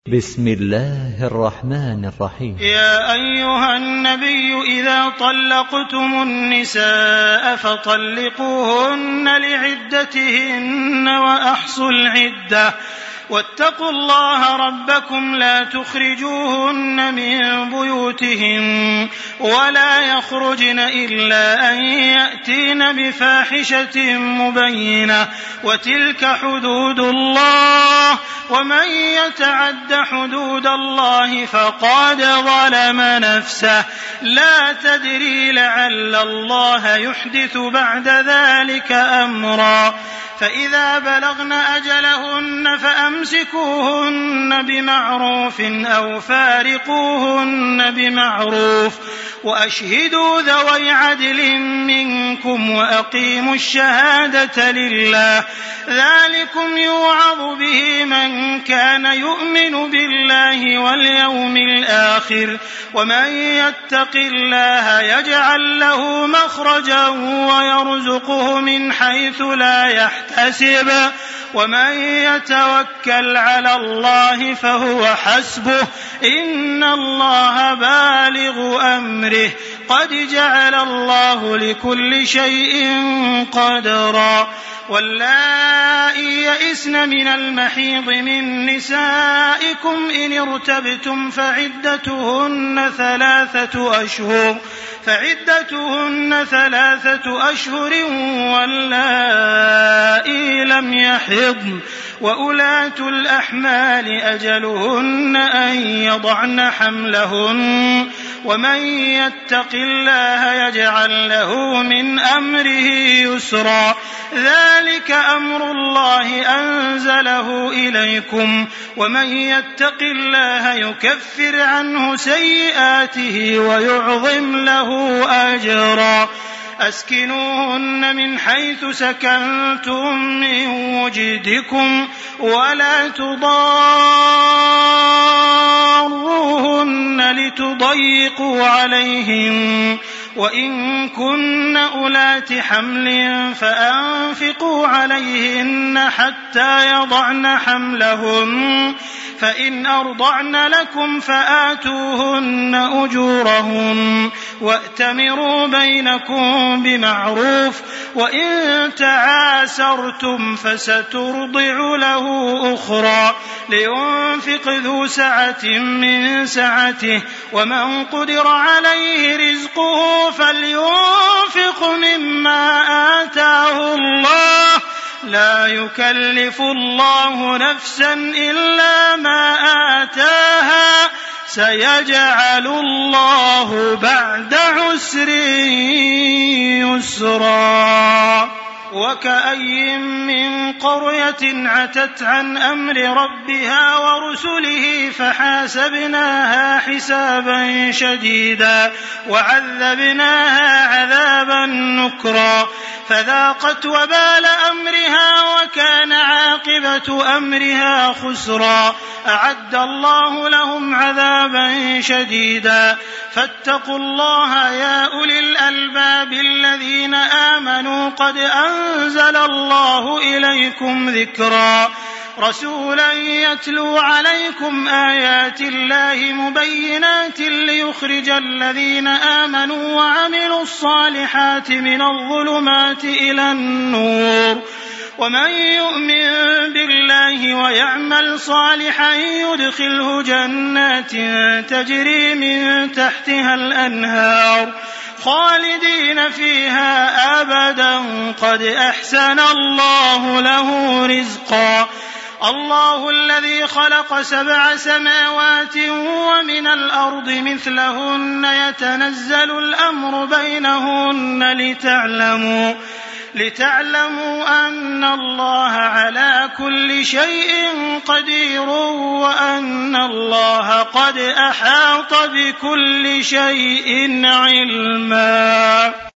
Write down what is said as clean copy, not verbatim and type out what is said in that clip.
بسم الله الرحمن الرحيم. يا أيها النبي إذا طلقتم النساء فطلقوهن لعدتهن وأحصوا العدة واتقوا الله ربكم لا تخرجوهن من بيوتهن ولا يخرجن إلا أن يأتين بفاحشة مبينة وتلك حدود الله ومن يتعد حدود الله فقد ظلم نفسه لا تدري لعل الله يحدث بعد ذلك أمرا فإذا بلغن أجلهن فأمسكوهن بمعروف أو فارقوهن بمعروف وأشهدوا ذوي عدل منكم وأقيموا الشهادة لله ذلكم يوعظ به من كان يؤمن بالله واليوم الآخر ومن يتق الله يجعل له مخرجا ويرزقه من حيث لا يحتسب ومن يتوكل على الله فهو حسبه إن الله بالغ أمره قد جعل الله لكل شيء قدرا واللائي يئسن من المحيض من نسائكم إن ارتبتم فعدتهن ثلاثة أشهر واللائي لم يحضن وأولاة الأحمال أجلهن أن يضعن حملهن ومن يتق الله يجعل له من أمره يسرا ذلك أمر الله أنزله إليكم ومن يتق الله يكفر عنه سيئاته ويعظم له أجرا أسكنوهن من حيث سكنتم من وجدكم ولا تضاروهن لتضيقوا عليهم وإن كن أولات حمل فأنفقوا عليهن حتى يضعن حملهن فإن أرضعن لكم فآتوهن أجورهن وأتمروا بينكم بمعروف وإن تعاسرتم فسترضع له أخرى لينفق ذو سعة من سعته ومن قدر عليه رزقه فلينفق مما آتاه الله لا يكلف الله نفسا إلا ما آتاها سيجعل الله بعد عسر يسرا وكأي من قرية عتت عن أمر ربها ورسله فحاسبناها حسابا شديدا وعذبناها عذابا نكرا فذاقت وبال أمرها وكان عاقبة أمرها خسرا أعد الله لهم عذابا شديدا فاتقوا الله يا أولي الألباب الذين آمنوا قد أنزل الله إليكم ذكرا رسولا يتلو عليكم آيات الله مبينات ليخرج الذين آمنوا وعملوا الصالحات من الظلمات إلى النور ومن يؤمن بالله ويعمل صالحا يدخله جنات تجري من تحتها الأنهار خالدين فيها أبدا قد أحسن الله له رزقا الله الذي خلق 7 سماوات ومن الأرض مثلهن يتنزل الأمر بينهن لتعلموا أن الله على كل شيء قدير وأن الله قد أحاط بكل شيء علما.